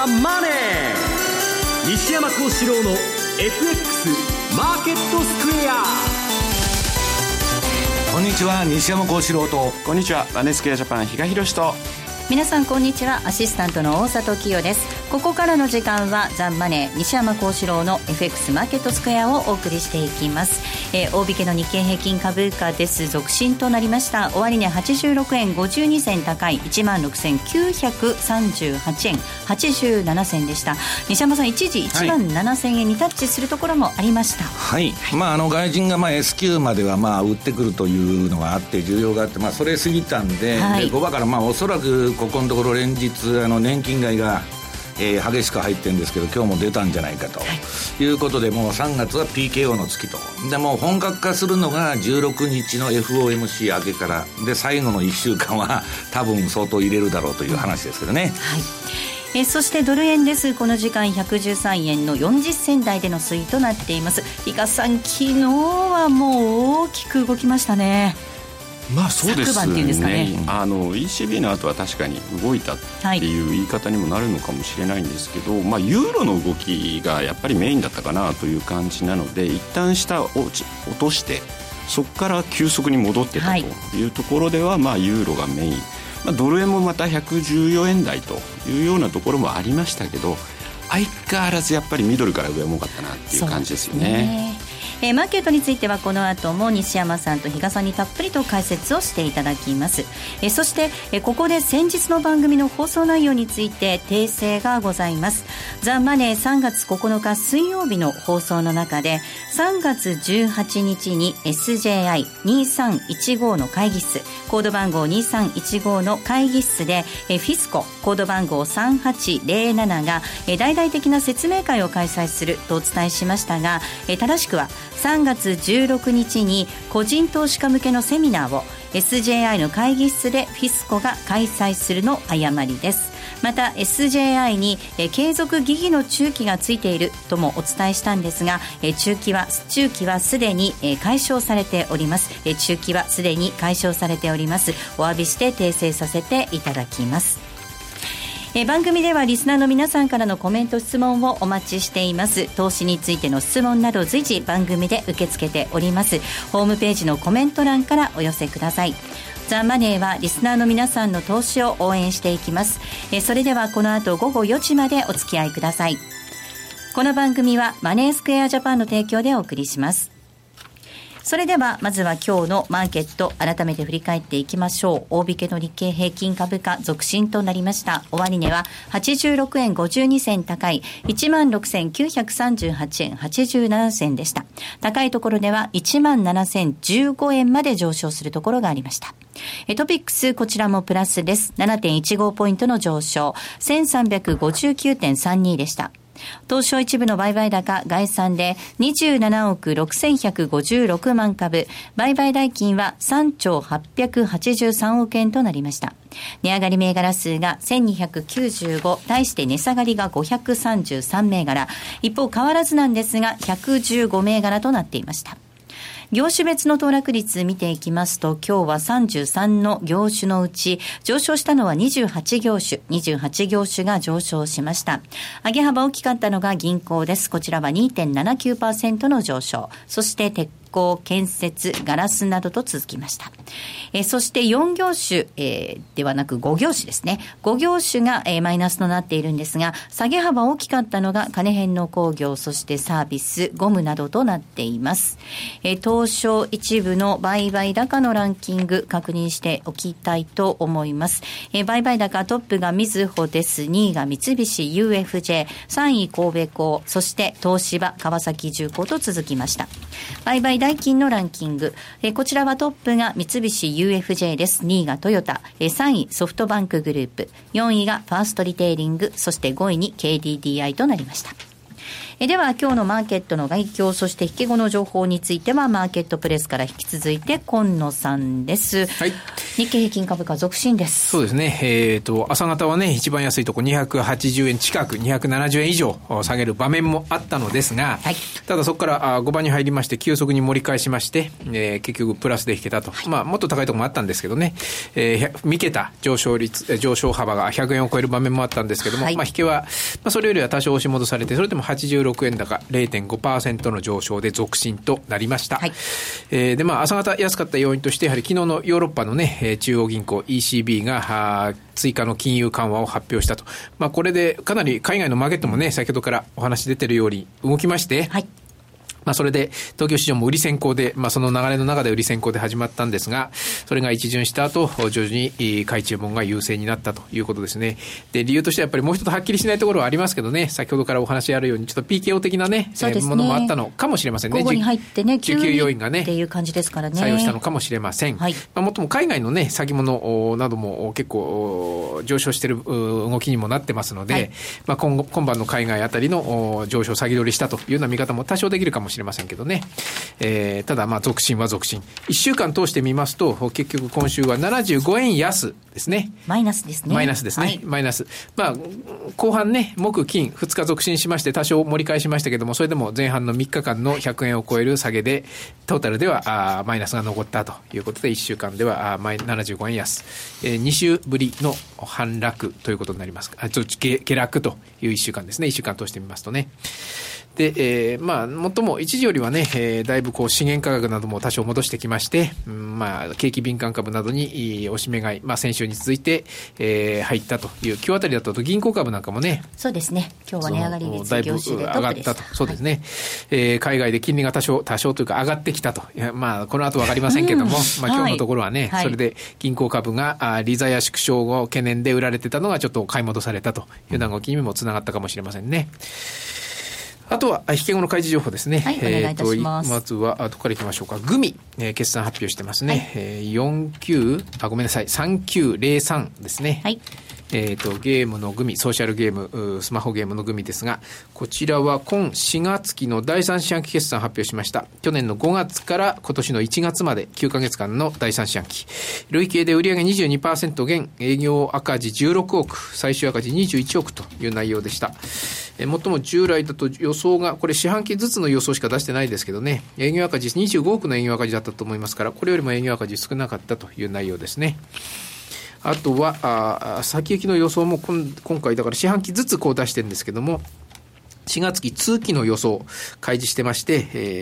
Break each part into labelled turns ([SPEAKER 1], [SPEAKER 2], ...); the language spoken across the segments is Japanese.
[SPEAKER 1] ザ・マネー。西山幸四郎の FX マーケットスクエア。
[SPEAKER 2] こんにちは、西山幸四郎と。
[SPEAKER 3] こんにちは、マネースクエアジャパン比嘉宏と。
[SPEAKER 4] 皆さんこんにちは、アシスタントの大里清です。ここからの時間はザ・マネー西山幸四郎の FX マーケットスクエアをお送りしていきます。大引けの日経平均株価です。続伸となりました。終値86円52銭高い 16,938 円87銭でした。西山さん、一時1万7000円にタッチするところもありました。
[SPEAKER 2] はい、外人がS q までは売ってくるというのがあって需要があって、それ過ぎたん で5番からおそらくここのところ連日年金買いが激しく入ってるんですけど、今日も出たんじゃないかということで、もう3月は PKO の月と。でもう本格化するのが16日の FOMC 明けからで、最後の1週間は多分相当入れるだろうという話ですけどね。
[SPEAKER 4] はい。そしてドル円です。この時間113円の40銭台での推移となっています。比嘉さん、昨日はもう大きく動きましたね。
[SPEAKER 3] そうですね。
[SPEAKER 4] 昨晩っていうんですかね。
[SPEAKER 3] ECB の後は確かに動いたっていう言い方にもなるのかもしれないんですけど、ユーロの動きがやっぱりメインだったかなという感じなので、一旦下を落としてそこから急速に戻ってたというところでは、ユーロがメイン、ドル円もまた114円台というようなところもありましたけど、相変わらずやっぱりミドルから上重かったなっていう感じですよね。
[SPEAKER 4] マーケットについてはこの後も西山さんと比嘉さんにたっぷりと解説をしていただきます。そしてここで先日の番組の放送内容について訂正がございます。ザ・マネー3月9日水曜日の放送の中で、3月18日に SJI2315 の会議室、コード番号2315の会議室でフィスココード番号3807が大々的な説明会を開催するとお伝えしましたが、正しくは3月16日に個人投資家向けのセミナーを SJI の会議室でフィスコが開催するの誤りです。また SJI に継続疑義の中期がついているともお伝えしたんですが、中期はすでに解消されております。中期はすでに解消されております。お詫びして訂正させていただきます。番組ではリスナーの皆さんからのコメント質問をお待ちしています。投資についての質問など随時番組で受け付けております。ホームページのコメント欄からお寄せください。ザ・マネーはリスナーの皆さんの投資を応援していきます。それではこの後午後4時までお付き合いください。この番組はマネースクエアジャパンの提供でお送りします。それではまずは今日のマーケット改めて振り返っていきましょう。大引けの日経平均株価続伸となりました。終値は86円52銭高い 16,938 円87銭でした。高いところでは 17,015 円まで上昇するところがありました。トピックスこちらもプラスです。 7.15 ポイントの上昇 1359.32 でした。東証一部の売買高概算で27億6156万株、売買代金は3兆883億円となりました。値上がり銘柄数が1295、対して値下がりが533銘柄、一方変わらずなんですが115銘柄となっていました。業種別の騰落率見ていきますと、今日は33の業種のうち上昇したのは28業種が上昇しました。上げ幅大きかったのが銀行です。こちらは 2.79% の上昇。そして鉄鋼、建設、ガラスなどと続きました。そして4業種、ではなく5業種ですね。5業種が、マイナスとなっているんですが、下げ幅大きかったのが金編の工業、そしてサービス、ゴムなどとなっています。東証一部の売買高のランキング確認しておきたいと思います。売買高トップがみずほです。2位が三菱 UFJ、3位神戸港、そして東芝、川崎重工と続きました。売買代金のランキング、こちらはトップが三菱 UFJ です。2位がトヨタ、3位ソフトバンクグループ、4位がファーストリテイリング、そして5位に KDDI となりました。 では今日のマーケットの概況、そして引け後の情報についてはマーケットプレスから引き続いて今野さんです。はい、日経平均株価続伸です。
[SPEAKER 5] そうですね、朝方はね一番安いとこ280円近く270円以上下げる場面もあったのですが、はい、ただそこから5番に入りまして急速に盛り返しまして、結局プラスで引けたと、はい、もっと高いところもあったんですけどね、見けた上昇幅が100円を超える場面もあったんですけども、はい、引けは、それよりは多少押し戻されて、それでも86円高 0.5% の上昇で続伸となりました。はい、で朝方安かった要因として、やはり昨日のヨーロッパのね中央銀行 ECB が追加の金融緩和を発表したと、これでかなり海外のマーケットもね先ほどからお話出てるように動きまして、はい、それで東京市場も売り先行で、その流れの中で売り先行で始まったんですが、それが一巡した後徐々に買い注文が優勢になったということですね。で理由としてはやっぱりもう一つはっきりしないところはありますけどね、先ほどからお話あるようにちょっと PKO 的なね、ものもあったのかもしれませんね。
[SPEAKER 4] 午後に入ってね
[SPEAKER 5] 需給要因がね
[SPEAKER 4] っていう感じですからね、
[SPEAKER 5] 作用したのかもしれません。はい、もっとも海外のね先物なども結構上昇している動きにもなってますので、はい、今晩の海外あたりの上昇先取りしたというような見方も多少できるかもしれませんけどね。ただ続伸は続伸、1週間通してみますと結局今週は75円安ですね。
[SPEAKER 4] マイナスですね。
[SPEAKER 5] マイナスですね、はい、マイナス。後半ね木金2日続伸しまして多少盛り返しましたけども、それでも前半の3日間の100円を超える下げでトータルではマイナスが残ったということで、1週間では75円安、2週ぶりの反落ということになります。下落という1週間ですね。1週間通してみますとね。で、もっとも一時よりはね、だいぶ資源価格なども多少戻してきまして、景気敏感株などに押し目買い、先週に続いて、入ったという、今日あたりだと銀行株なんかもね、
[SPEAKER 4] そうですね、今日は値上がり率
[SPEAKER 5] だいぶ上がったと、そうですね、海外で金利が多少というか上がってきたと、この後わかりませんけども、今日のところはね、はい、それで銀行株が利ざや縮小後懸念で売られてたのがちょっと買い戻されたというような動きにもつながったかもしれませんね。あとは引け後の開示情報ですね。
[SPEAKER 4] はい、お願いいたします。
[SPEAKER 5] まずはどこからいきましょうか。グミ、決算発表してますね。はい、3903ですね。はい。ゲームのグミ、ソーシャルゲーム、スマホゲームのグミですが、こちらは今4月期の第3四半期決算発表しました。去年の5月から今年の1月まで9ヶ月間の第3四半期。累計で売上 22% 減、営業赤字16億、最終赤字21億という内容でした。最も従来だと予想が、これ四半期ずつの予想しか出してないですけどね、営業赤字25億の営業赤字だったと思いますから、これよりも営業赤字少なかったという内容ですね。あとは先行きの予想も今回だから四半期ずつ出してるんですけども、4月期通期の予想開示してまして、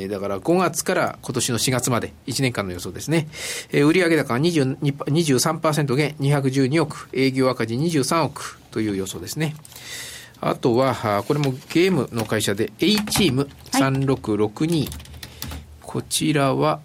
[SPEAKER 5] だから5月から今年の4月まで1年間の予想ですね。売上高が 23% 減212億、営業赤字23億という予想ですね。あとはこれもゲームの会社で A チーム3662、はい、こちらは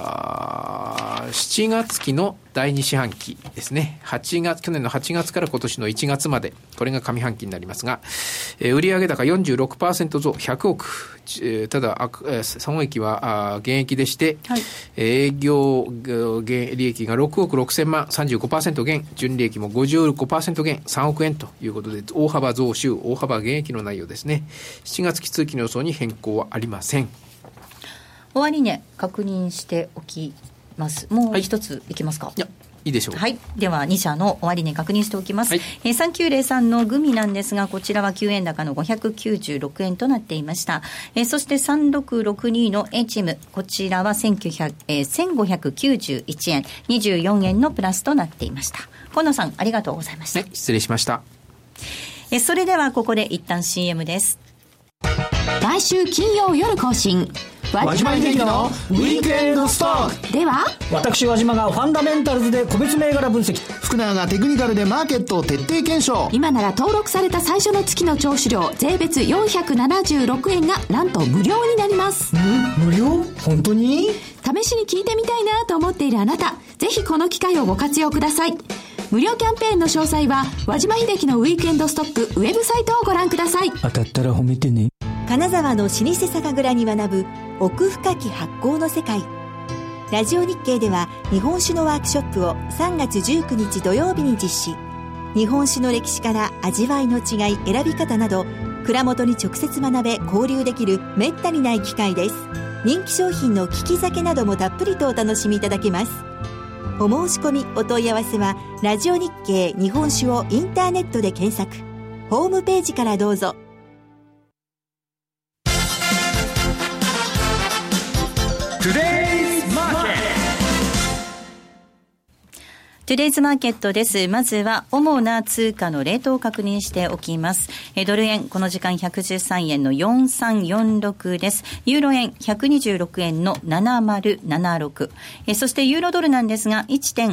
[SPEAKER 5] 7月期の第2四半期ですね。去年の8月から今年の1月まで、これが上半期になりますが、売上高 46% 増100億、ただ損益は減益でして、はい、営業利益が6億6000万 35% 減、純利益も 55% 減3億円ということで、大幅増収大幅減益の内容ですね。7月期通期の予想に変更はありません。
[SPEAKER 4] 終値確認しておきます。もう一ついきますか。
[SPEAKER 5] はい、いいでしょう。
[SPEAKER 4] はい。では2社の終値確認しておきます。はい、3903のグミなんですが、こちらは9円高の596円となっていました。そして3662の A チーム、こちらは1591円24円のプラスとなっていました。河野さんありがとうございました。
[SPEAKER 5] はい、失礼しました。
[SPEAKER 4] それではここで一旦 CM です。
[SPEAKER 6] 来週金曜夜更新、
[SPEAKER 1] 和島秀樹のウィークエンドストック
[SPEAKER 6] では、
[SPEAKER 1] 私和島がファンダメンタルズで個別銘柄分析、
[SPEAKER 7] 福永がテクニカルでマーケットを徹底検証。
[SPEAKER 6] 今なら登録された最初の月の聴取料税別476円がなんと無料になります。
[SPEAKER 1] 無料？本当に？
[SPEAKER 6] 試しに聞いてみたいなと思っているあなた、ぜひこの機会をご活用ください。無料キャンペーンの詳細は和島秀樹のウィークエンドストックウェブサイトをご覧ください。
[SPEAKER 1] 当たったら褒めてね。
[SPEAKER 8] 金沢の老舗酒蔵に学ぶ奥深き発酵の世界。ラジオ日経では日本酒のワークショップを3月19日土曜日に実施。日本酒の歴史から味わいの違い、選び方など蔵元に直接学べ交流できるめったにない機会です。人気商品の利き酒などもたっぷりとお楽しみいただけます。お申し込みお問い合わせはラジオ日経日本酒をインターネットで検索、ホームページからどうぞ。
[SPEAKER 4] トゥデイズマーケットです。まずは主な通貨のレートを確認しておきます。ドル円この時間113円の4346です。ユーロ円126円の7076、そしてユーロドルなんですが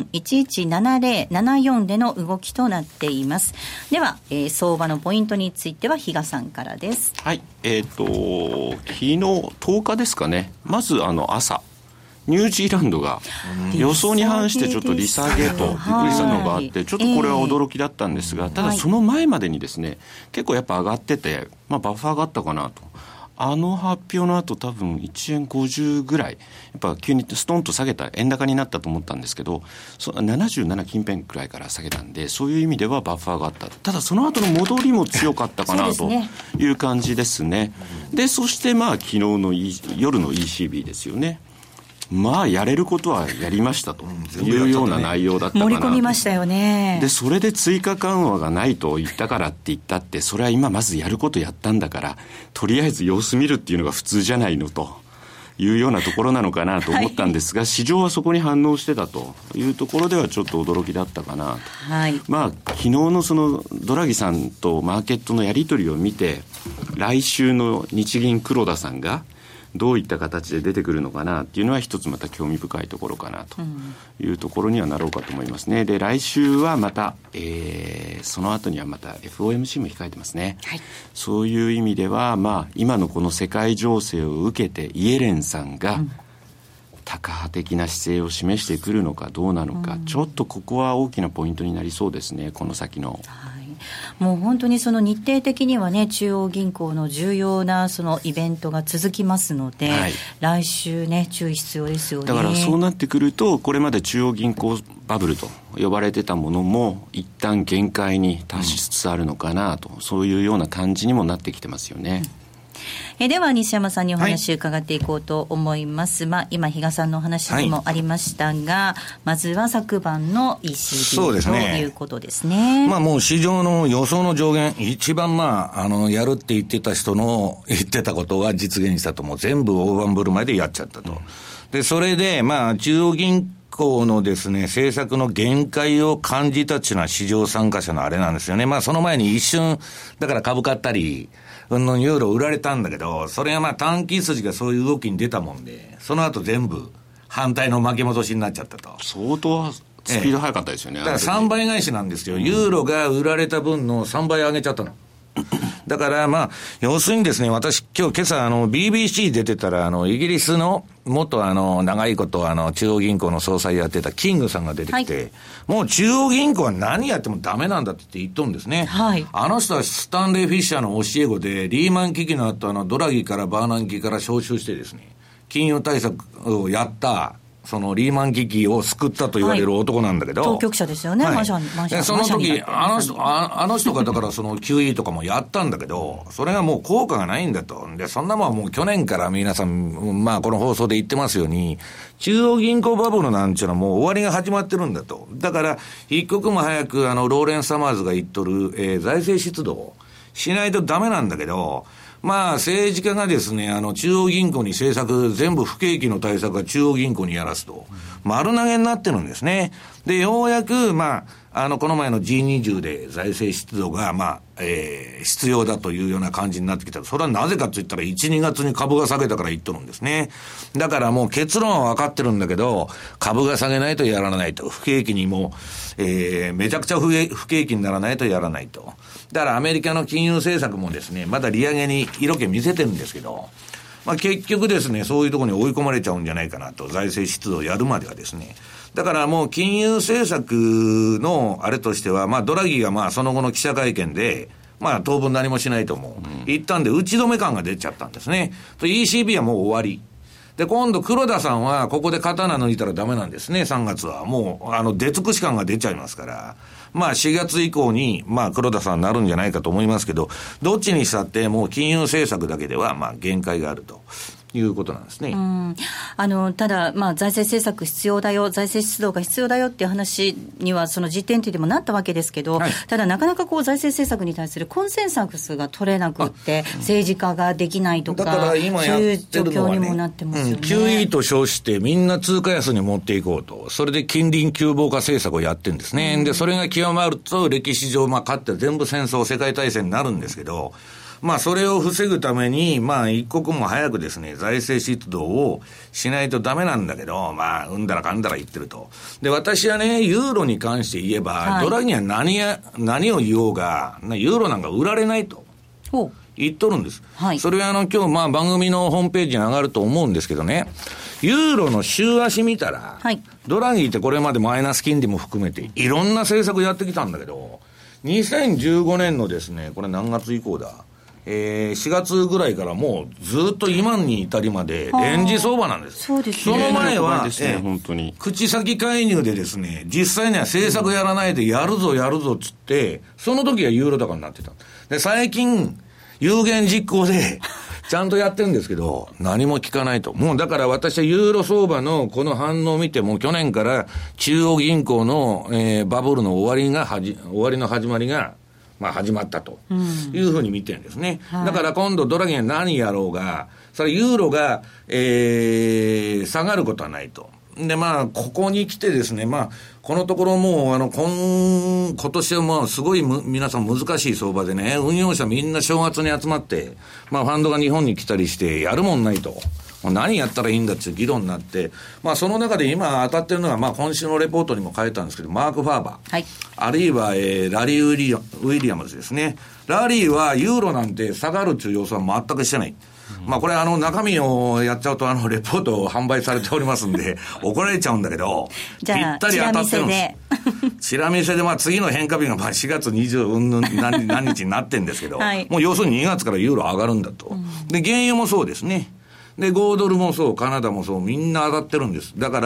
[SPEAKER 4] 1.117074 での動きとなっています。では、相場のポイントについては比嘉さんからです。
[SPEAKER 3] はい、昨日10日ですかね。まず朝ニュージーランドが予想に反してちょっと利下げとびっくりしたのがあって、ちょっとこれは驚きだったんですが、ただその前までにですね、結構やっぱ上がってて、バッファーがあったかなと。発表の後多分1円50ぐらいやっぱ急にストンと下げた円高になったと思ったんですけど、77近辺くらいから下げたんで、そういう意味ではバッファーがあった。ただその後の戻りも強かったかなという感じですね。でそして昨日の夜の ECB ですよね。やれることはやりましたというような内容だったかな。
[SPEAKER 4] 盛り込みましたよね。
[SPEAKER 3] でそれで追加緩和がないと言ったからって言ったって、それは今まずやることやったんだから、とりあえず様子見るっていうのが普通じゃないのというようなところなのかなと思ったんですが、市場はそこに反応してたというところではちょっと驚きだったかなと、昨日のそのドラギさんとマーケットのやり取りを見て、来週の日銀黒田さんがどういった形で出てくるのかなっていうのは一つまた興味深いところかなというところにはなろうかと思いますね。で来週はまた、その後にはまた FOMC も控えてますね、そういう意味では今のこの世界情勢を受けてイエレンさんがタカ派的な姿勢を示してくるのかどうなのか、ちょっとここは大きなポイントになりそうですね、この先の。
[SPEAKER 4] もう本当にその日程的にはね、中央銀行の重要なそのイベントが続きますので、来週ね注意必要ですよね。
[SPEAKER 3] だからそうなってくると、これまで中央銀行バブルと呼ばれてたものも一旦限界に達しつつあるのかなと、そういうような感じにもなってきてますよね。
[SPEAKER 4] では西山さんにお話を伺っていこうと思います、今比嘉さんのお話にもありましたが、まずは昨晩の ECB ということですね。
[SPEAKER 2] もう市場の予想の上限、一番やるって言ってた人の言ってたことが実現したと、もう全部大盤振る舞いでやっちゃったと、でそれで中央銀行のですね政策の限界を感じたっていうのは市場参加者のあれなんですよね。その前に一瞬だから株買ったりユーロ売られたんだけど、それは短期筋がそういう動きに出たもんで、その後全部反対の巻き戻しになっちゃったと。
[SPEAKER 3] 相当スピード速かったですよね。
[SPEAKER 2] だから3倍返しなんですよ。ユーロが売られた分の3倍上げちゃったの。だから要するにですね、私今朝BBC 出てたらイギリスの元長いこと中央銀行の総裁やってたキングさんが出てきて、もう中央銀行は何やってもダメなんだって言っとるんですね、あの人はスタンレー・フィッシャーの教え子で、リーマン危機の後ドラギからバーナンキから招集してですね、金融対策をやったそのリーマン危機を救ったと言われる男なんだけど、
[SPEAKER 4] 当局者ですよね、マシャン
[SPEAKER 2] その時あの人がだからその QE とかもやったんだけど、それがもう効果がないんだと。でそんなもんはもう去年から皆さんこの放送で言ってますように、中央銀行バブルなんちゅうのはもう終わりが始まってるんだと。だから一刻も早くローレンス・サマーズが言っとる、財政出動をしないとダメなんだけど、政治家がですね、中央銀行に政策、全部不景気の対策は中央銀行にやらすと、丸投げになってるんですね。で、ようやく、この前の G20 で財政出動が、必要だというような感じになってきた。それはなぜかと言ったら、1、2月に株が下げたから言っとるんですね。だからもう結論は分かってるんだけど、株が下げないとやらないと。不景気にも、めちゃくちゃ不景気にならないとやらないと。だからアメリカの金融政策もですね、まだ利上げに色気見せてるんですけど、結局ですね、そういうところに追い込まれちゃうんじゃないかなと、財政出動をやるまではですね。だからもう金融政策のあれとしては、ドラギがその後の記者会見で、当分何もしないと思う。一旦で打ち止め感が出ちゃったんですね。ECB はもう終わり。 で、今度黒田さんはここで刀抜いたらダメなんですね、3月は。もう、出尽くし感が出ちゃいますから。まあ4月以降に、まあ黒田さんになるんじゃないかと思いますけど、どっちにしたってもう金融政策だけでは、まあ限界があると。いうことなんですね。
[SPEAKER 4] ただ、まあ、財政政策必要だよ、財政出動が必要だよっていう話には、その実点というでもなったわけですけど、はい、ただ、なかなかこう財政政策に対するコンセンサスが取れなくって、政治家ができないとか、
[SPEAKER 2] だから今やってるのは、ね、
[SPEAKER 4] そういう状況にもなってますよね。
[SPEAKER 2] QE と称して、みんな通貨安に持っていこうと、それで近隣急防化政策をやってるんですね。で、それが極まると、歴史上、まあ、勝って全部戦争、世界大戦になるんですけど、まあそれを防ぐために、まあ一刻も早くですね、財政出動をしないとダメなんだけど、まあうんだらかんだら言ってると。で、私はね、ユーロに関して言えば、はい、ドラギは何を言おうが、ユーロなんか売られないと言っとるんです。はい、それは今日まあ番組のホームページに上がると思うんですけどね、ユーロの週足見たら、はい、ドラギってこれまでマイナス金利も含めていろんな政策やってきたんだけど、2015年のですね、これ何月以降だ、4月ぐらいからもうずっと今に至りまでレンジ相場なんです。
[SPEAKER 4] そうですね。
[SPEAKER 2] その前は、
[SPEAKER 3] 本当に
[SPEAKER 2] 口先介入でですね、実際には政策やらないでやるぞっつって、その時はユーロ高になってた。で、最近、有言実行で、ちゃんとやってるんですけど、何も聞かないと。もうだから私はユーロ相場のこの反応を見ても、去年から中央銀行の、バブルの終わりの始まりが、まあ始まったというふうに見てるんですね。だから今度ドラギが何やろうが、それユーロが、下がることはないと。で、まあ、ここに来てですね、まあ、このところもう、今年はもうすごい皆さん難しい相場でね、運用者みんな正月に集まって、まあ、ファンドが日本に来たりして、やるもんないと。何やったらいいんだっていう議論になって、まあその中で今当たってるのが、まあ今週のレポートにも書いたんですけど、マーク・ファーバー。はい。あるいは、ラリー・ウィリアムズですね。ラリーはユーロなんて下がるという要素は全くしてない。まあこれ中身をやっちゃうとレポートを販売されておりますんで、怒られちゃうんだけど、ぴったり当たってるんです。チラ見せで、まあ次の変化日がまあ4月20何日になってるんですけど、はい、もう要するに2月からユーロ上がるんだと。で、原油もそうですね。で、5ドルもそう、カナダもそう、みんな上がってるんです。だから、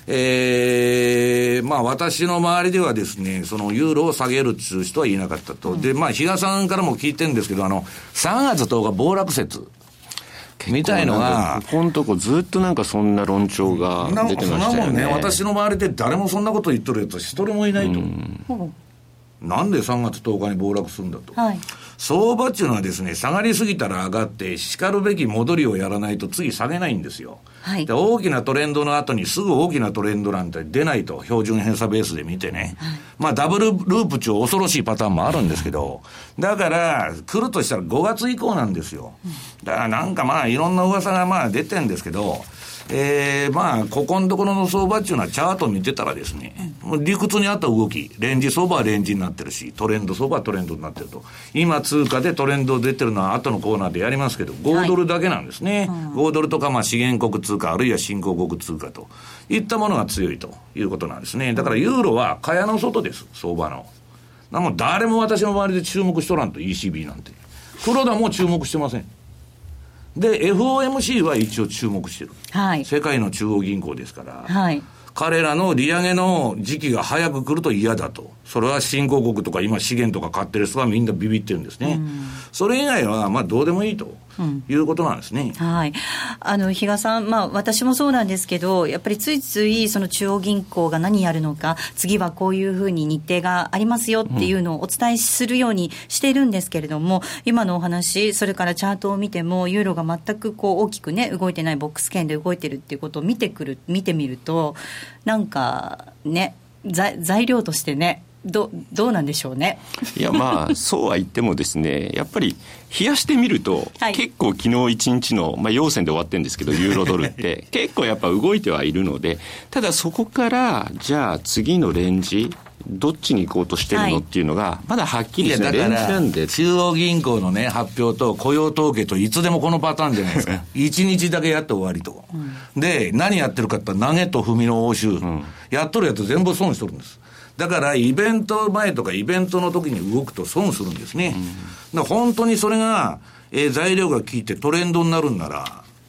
[SPEAKER 2] まあ私の周りではですね、そのユーロを下げるっていう人はいなかったと。で、まあ比嘉さんからも聞いてるんですけど、3月10日暴落説。みたいのが、
[SPEAKER 3] ここのとこずっとなんかそんな論調が出てましたよね。そんなもんね、
[SPEAKER 2] 私の周りで誰もそんなこと言っとるやつは一人もいないと。なんで3月10日に暴落するんだと。はい、相場っていうのはですね、下がりすぎたら上がって、叱るべき戻りをやらないと次下げないんですよ。はい、で大きなトレンドの後にすぐ大きなトレンドなんて出ないと、標準偏差ベースで見てね。はい、まあダブルループっていう恐ろしいパターンもあるんですけど、だから来るとしたら5月以降なんですよ。だからなんかまあいろんな噂がまあ出てんですけど、まあ、ここのところの相場っていうのはチャート見てたらですね、理屈に合った動き、レンジ相場はレンジになってるし、トレンド相場はトレンドになってると。今通貨でトレンド出てるのは後のコーナーでやりますけど、5ドルだけなんですね。はい、5ドルとかまあ資源国通貨、あるいは新興国通貨といったものが強いということなんですね。だからユーロは蚊帳の外です、相場の。もう誰も私の周りで注目しとらんと、ECB なんて。黒田も注目してません。で、FOMC は一応注目してる。はい。世界の中央銀行ですから。はい。彼らの利上げの時期が早く来ると嫌だと。それは新興国とか今資源とか買ってる人はみんなビビってるんですね。それ以外はまあどうでもいいということなんですね。
[SPEAKER 4] はい。比嘉さん、まあ私もそうなんですけど、やっぱりついついその中央銀行が何やるのか、次はこういうふうに日程がありますよっていうのをお伝えするようにしているんですけれども、今のお話、それからチャートを見ても、ユーロが全くこう大きくね、動いてないボックス圏で動いてるっていうことを見てみると、なんかね、材料としてね、どうなんでしょうね。
[SPEAKER 3] いやまあそうは言ってもですね、やっぱり冷やしてみると、はい、結構昨日一日の、まあ、陽線で終わってるんですけどユーロドルって結構やっぱ動いてはいるので、ただそこからじゃあ次のレンジどっちに行こうとしてるのっていうのがまだはっきりしないレンジなんで、
[SPEAKER 2] 中央銀行のね発表と雇用統計といつでもこのパターンじゃないですか。1日だけやって終わりと、で何やってるかって投げと踏みの応酬、やっとるやつ全部損しとるんです。だからイベント前とかイベントの時に動くと損するんですね。だから本当にそれが、材料が効いてトレンドになるんなら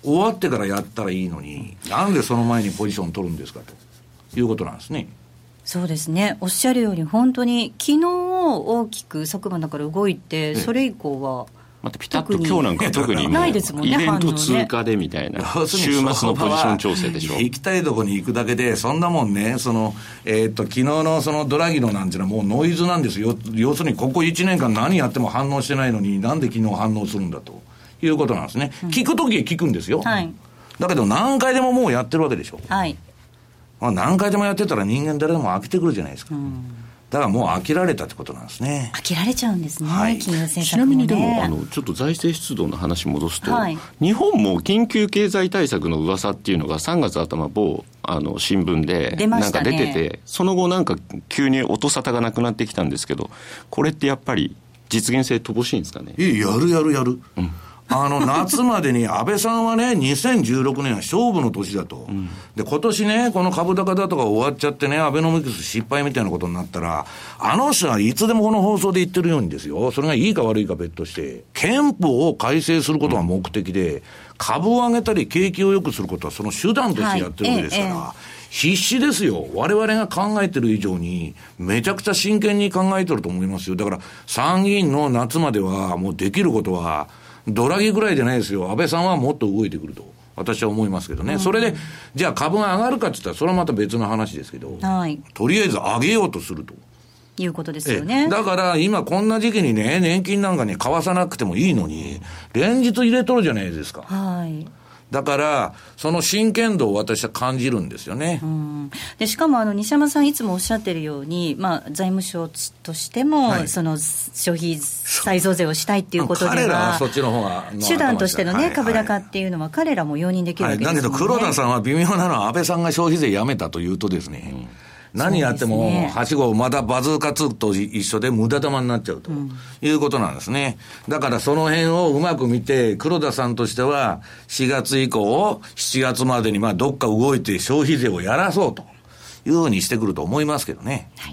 [SPEAKER 2] 終わってからやったらいいのに、なんでその前にポジション取るんですかということなんですね。
[SPEAKER 4] そうですね、おっしゃるように本当に昨日大きく昨晩だから動いて、それ以降は
[SPEAKER 3] またピタッと今日なんか特にもうイベント通過でみたいな、週末のポジション調整でしょ。
[SPEAKER 2] 行きたいとこに行くだけで、そんなもんね、昨日のそのドラギのなんていうのはもうノイズなんですよ。要するにここ1年間何やっても反応してないのに、なんで昨日反応するんだということなんですね。聞くときは聞くんですよ、はい、だけど何回でももうやってるわけでしょ、はい、何回でもやってたら人間誰でも飽きてくるじゃないですか、だからもう飽きられたってことなんですね。
[SPEAKER 4] 飽きられちゃうんですね、はい、金融政策もね。
[SPEAKER 3] ちなみにでもちょっと財政出動の話戻すと、はい、日本も緊急経済対策の噂っていうのが3月頭某新聞でなんか出てて、その後なんか急に音沙汰がなくなってきたんですけど、これってやっぱり実現性乏しいんですかね。
[SPEAKER 2] やる、夏までに安倍さんはね、2016年は勝負の年だと、で今年ね、この株高だとか終わっちゃってね、アベノミクス失敗みたいなことになったら、あの人はいつでもこの放送で言ってるようにですよ、それがいいか悪いか別として憲法を改正することが目的で、株を上げたり景気を良くすることはその手段としてやってるわけですから、必死ですよ。我々が考えてる以上にめちゃくちゃ真剣に考えてると思いますよ。だから参議院の夏まではもうできることはドラギぐらいじゃないですよ。安倍さんはもっと動いてくると私は思いますけどね、それでじゃあ株が上がるかって言ったらそれはまた別の話ですけど、はい、とりあえず上げようとすると
[SPEAKER 4] いうことですよね。
[SPEAKER 2] だから今こんな時期にね、年金なんかに買わさなくてもいいのに連日入れとるじゃないですか、はい、だからその真剣度を私は感じるんですよね。
[SPEAKER 4] でしかも西山さんいつもおっしゃってるように、財務省としても、はい、その消費再増税をしたいっていうことでは、
[SPEAKER 2] 彼らはそっちの方が
[SPEAKER 4] 手段としてのね、株高っていうのは彼らも容認できるわけですもんね。
[SPEAKER 2] だけど黒田さんは微妙なのは安倍さんが消費税やめたというとですね、何やってもはしごまたバズーカ2と一緒で無駄玉になっちゃうということなんですね。だからその辺をうまく見て、黒田さんとしては4月以降7月までにどっか動いて消費税をやらそうというふうにしてくると思いますけどね、はい、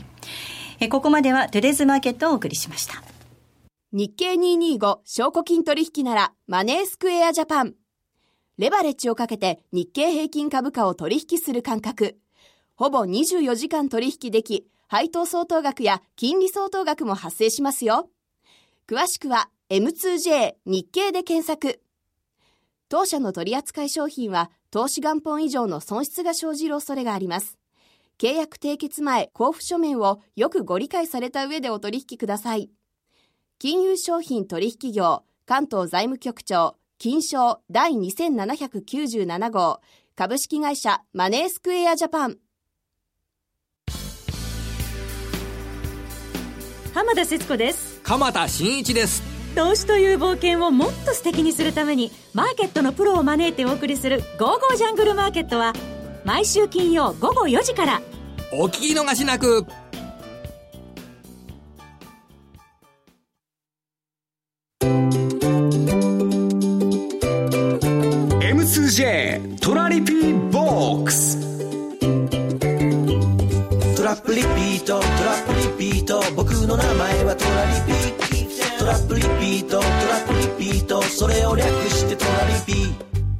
[SPEAKER 4] ここまではトゥデイズマーケットをお送りしました。
[SPEAKER 6] 日経225証拠金取引ならマネースクエアジャパン。レバレッジをかけて日経平均株価を取引する感覚。ほぼ24時間取引でき、配当相当額や金利相当額も発生しますよ。詳しくは M2J 日経で検索。当社の取扱い商品は投資元本以上の損失が生じる恐れがあります。契約締結前交付書面をよくご理解された上でお取引ください。金融商品取引業関東財務局長金商第2797号株式会社マネースクエアジャパン。
[SPEAKER 9] 浜田節子です。
[SPEAKER 10] 鎌田新一です。
[SPEAKER 9] 投資という冒険をもっと素敵にするためにマーケットのプロを招いてお送りするゴーゴージャングルマーケットは毎週金曜午後4時から。
[SPEAKER 10] お聞き逃しなく。
[SPEAKER 1] M2J トラリピーボックス。
[SPEAKER 11] トラップリピートトラップリピート、僕の名前はトラリピ。トラップリピートトラップリピート、それを略してトラリピ。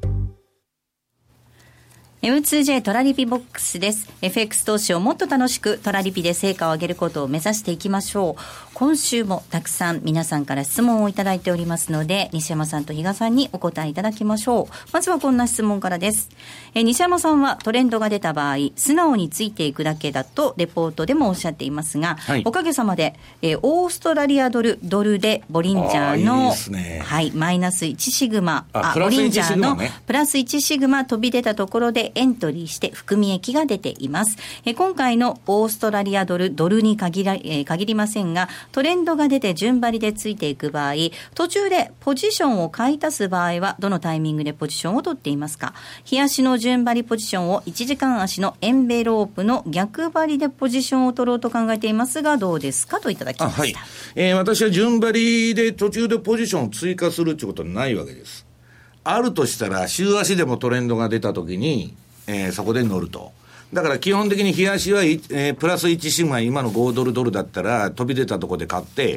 [SPEAKER 4] M2J トラリピボックスです。 FX 投資をもっと楽しくトラリピで成果を上げることを目指していきましょう。今週もたくさん皆さんから質問をいただいておりますので、西山さんと比嘉さんにお答えいただきましょう。まずはこんな質問からです。西山さんはトレンドが出た場合素直についていくだけだとレポートでもおっしゃっていますが、はい、おかげさまで、オーストラリアドルでボリンジャーのいいですね、はい、マイナス1シグマボリンジャーのプラス1シグマ飛び出たところでエントリーして含み益が出ています。今回のオーストラリアドルに限りませんが、トレンドが出て順張りでついていく場合、途中でポジションを買い足す場合はどのタイミングでポジションを取っていますか？日足の順張りポジションを1時間足のエンベロープの逆張りでポジションを取ろうと考えていますがどうですかといただきました。
[SPEAKER 2] はい、私は順張りで途中でポジションを追加するってことはないわけです。あるとしたら週足でもトレンドが出た時にそこで乗ると。だから基本的に日足は、プラス1シグマ今の5ドルだったら飛び出たところで買って、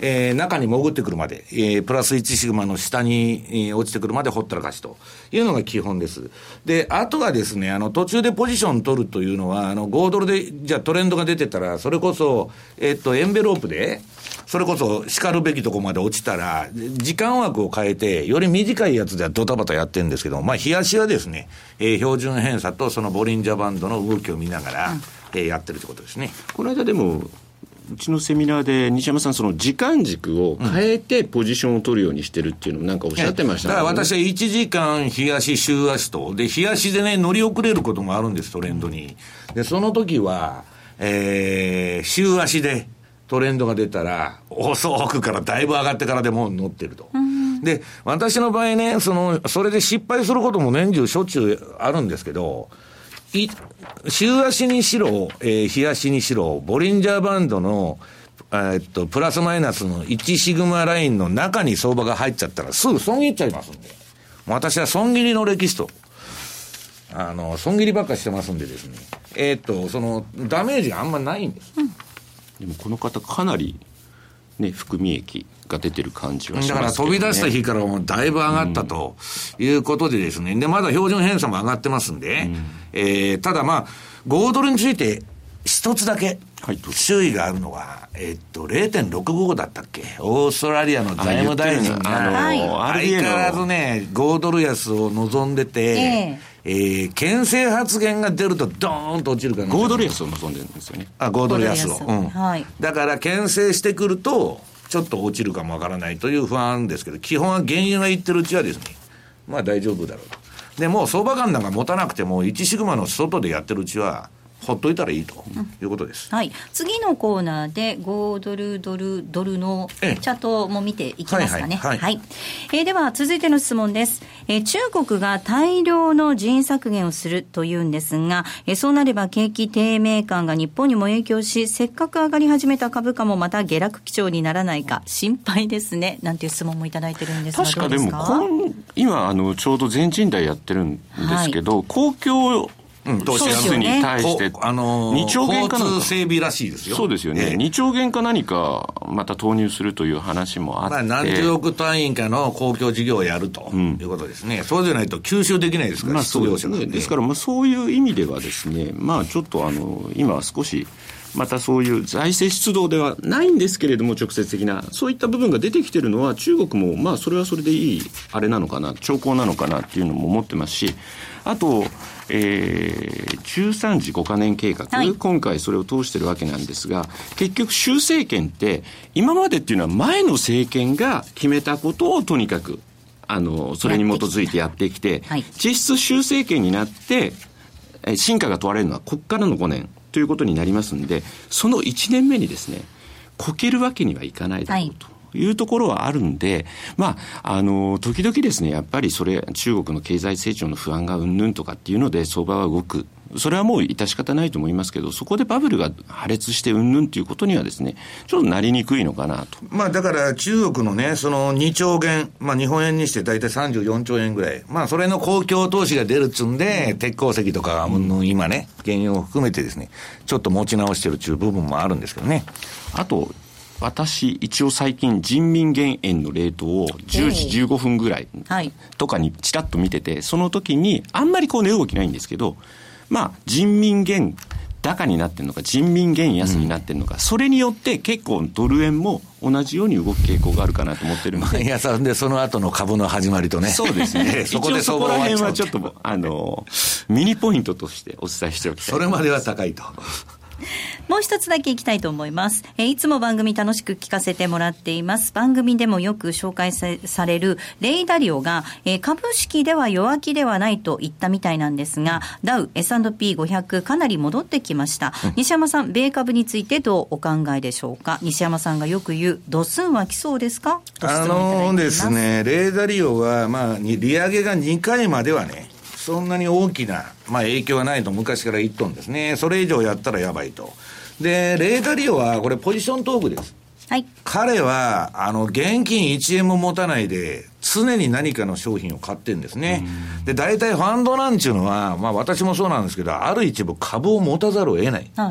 [SPEAKER 2] 中に潜ってくるまで、プラス1シグマの下に、落ちてくるまでほったらかしというのが基本です。で、あとはですね、途中でポジション取るというのは、5ドルで、じゃあトレンドが出てたら、それこそ、エンベロープで、それこそ叱るべきとこまで落ちたら、時間枠を変えて、より短いやつではドタバタやってるんですけど、まあ、日足はですね、標準偏差とそのボリンジャーバンドの動きを見ながら、やってるということですね。
[SPEAKER 3] この間でも、うちのセミナーで西山さん、その時間軸を変えてポジションを取るようにしてるっていうのもなんかおっしゃってましたね。
[SPEAKER 2] だから私は1時間日足週足とで日足でね乗り遅れることもあるんです、トレンドに。でその時は、週足でトレンドが出たら遅くからだいぶ上がってからでも乗ってると。で私の場合ねそれで失敗することも年中しょっちゅうあるんですけど、週足にしろ、日足にしろ、ボリンジャーバンドの、プラスマイナスの1シグマラインの中に相場が入っちゃったらすぐ損切っちゃいますんで。私は損切りの歴史と、損切りばっかしてますんでですね。ダメージがあんまないんです。
[SPEAKER 3] でもこの方かなり、ね、含み益が出てる感じはしますけどね。
[SPEAKER 2] だから飛び出した日からもうだいぶ上がったということでですね。で、まだ標準偏差も上がってますんで、ただまあ、5ドルについて一つだけ注意があるのは、0.65 だったっけ？オーストラリアの財務大臣が、相変わらずね、5ドル安を望んでて、牽制発言が出るとドーンと落ちるから、
[SPEAKER 3] 5ドル安を望んでるんですよね。
[SPEAKER 2] 5ドル安を。だから牽制してくると、ちょっと落ちるかもわからないという不安ですけど、基本は原油が言ってるうちはですね、まあ大丈夫だろうと。でもう相場感なんか持たなくても、1シグマの外でやってるうちは、ほっといたらいいということです。
[SPEAKER 4] はい。次のコーナーで5ドルのチャートも見ていきますかね。はい。では続いての質問です。中国が大量の人員削減をするというんですが、そうなれば景気低迷感が日本にも影響し、せっかく上がり始めた株価もまた下落基調にならないか心配ですね。なんていう質問もいただいてるんですが、
[SPEAKER 3] 確かでも今ちょうど全人代やってるんですけど、公共投資安に対して、2兆元か
[SPEAKER 2] 交通整備らしいですよ。
[SPEAKER 3] そうですよね。2兆元か何かまた投入するという話もあって。
[SPEAKER 2] 何十億単位かの公共事業をやるということですね。そうじゃないと吸収できないですから、
[SPEAKER 3] 失業者が。ですから、そういう意味ではですね、ちょっと今少し、またそういう財政出動ではないんですけれども、直接的な、そういった部分が出てきているのは、中国も、それはそれでいい、あれなのかな、兆候なのかなっていうのも思ってますし、あと、13次5カ年計画、今回それを通してるわけなんですが、結局習政権って今までっていうのは前の政権が決めたことをとにかくそれに基づいてやってきて、実質習政権になって真価が問われるのはここからの5年ということになりますんで、その1年目にですねこけるわけにはいかないだろうというところはあるんで、時々ですね、やっぱりそれ、中国の経済成長の不安がうんぬんとかっていうので相場は動く。それはもう致し方ないと思いますけど、そこでバブルが破裂してうんぬんということにはですね、ちょっとなりにくいのかなと。
[SPEAKER 2] だから中国のね、その2兆元、日本円にして大体34兆円ぐらい。それの公共投資が出るっつんで、鉄鉱石とか、今ね、原油を含めてですね、ちょっと持ち直してるっていう部分もあるんですけどね。
[SPEAKER 3] あと、私一応最近人民元円のレートを10時15分ぐらいとかにちらっと見てて、その時にあんまり値動きないんですけど、人民元高になってるのか人民元安になってるのか、それによって結構ドル円も同じように動く傾向があるかなと思ってるので、
[SPEAKER 2] でその後の株の始まりとね、
[SPEAKER 3] そうですねそこでそこら辺はちょっとミニポイントとしてお伝えしておきたい。
[SPEAKER 2] それまでは高いと。
[SPEAKER 4] もう一つだけいきたいと思います。いつも番組楽しく聞かせてもらっています。番組でもよく紹介されるレイダリオが、株式では弱気ではないと言ったみたいなんですが、ダウ S&P500 かなり戻ってきました。西山さん、米株についてどうお考えでしょうか。西山さんがよく言うドスンは来そうですかと質問いただいています。
[SPEAKER 2] ですね、レイダリオは利上げが2回まではね、そんなに大きな、影響はないと昔から言っとんですね。それ以上やったらやばいと。で、レイダリオはこれポジショントークです。
[SPEAKER 4] はい。
[SPEAKER 2] 彼は、現金1円も持たないで、常に何かの商品を買ってるんですね。で、大体ファンドなんちゅうのは、私もそうなんですけど、ある一部株を持たざるを得ない。はい。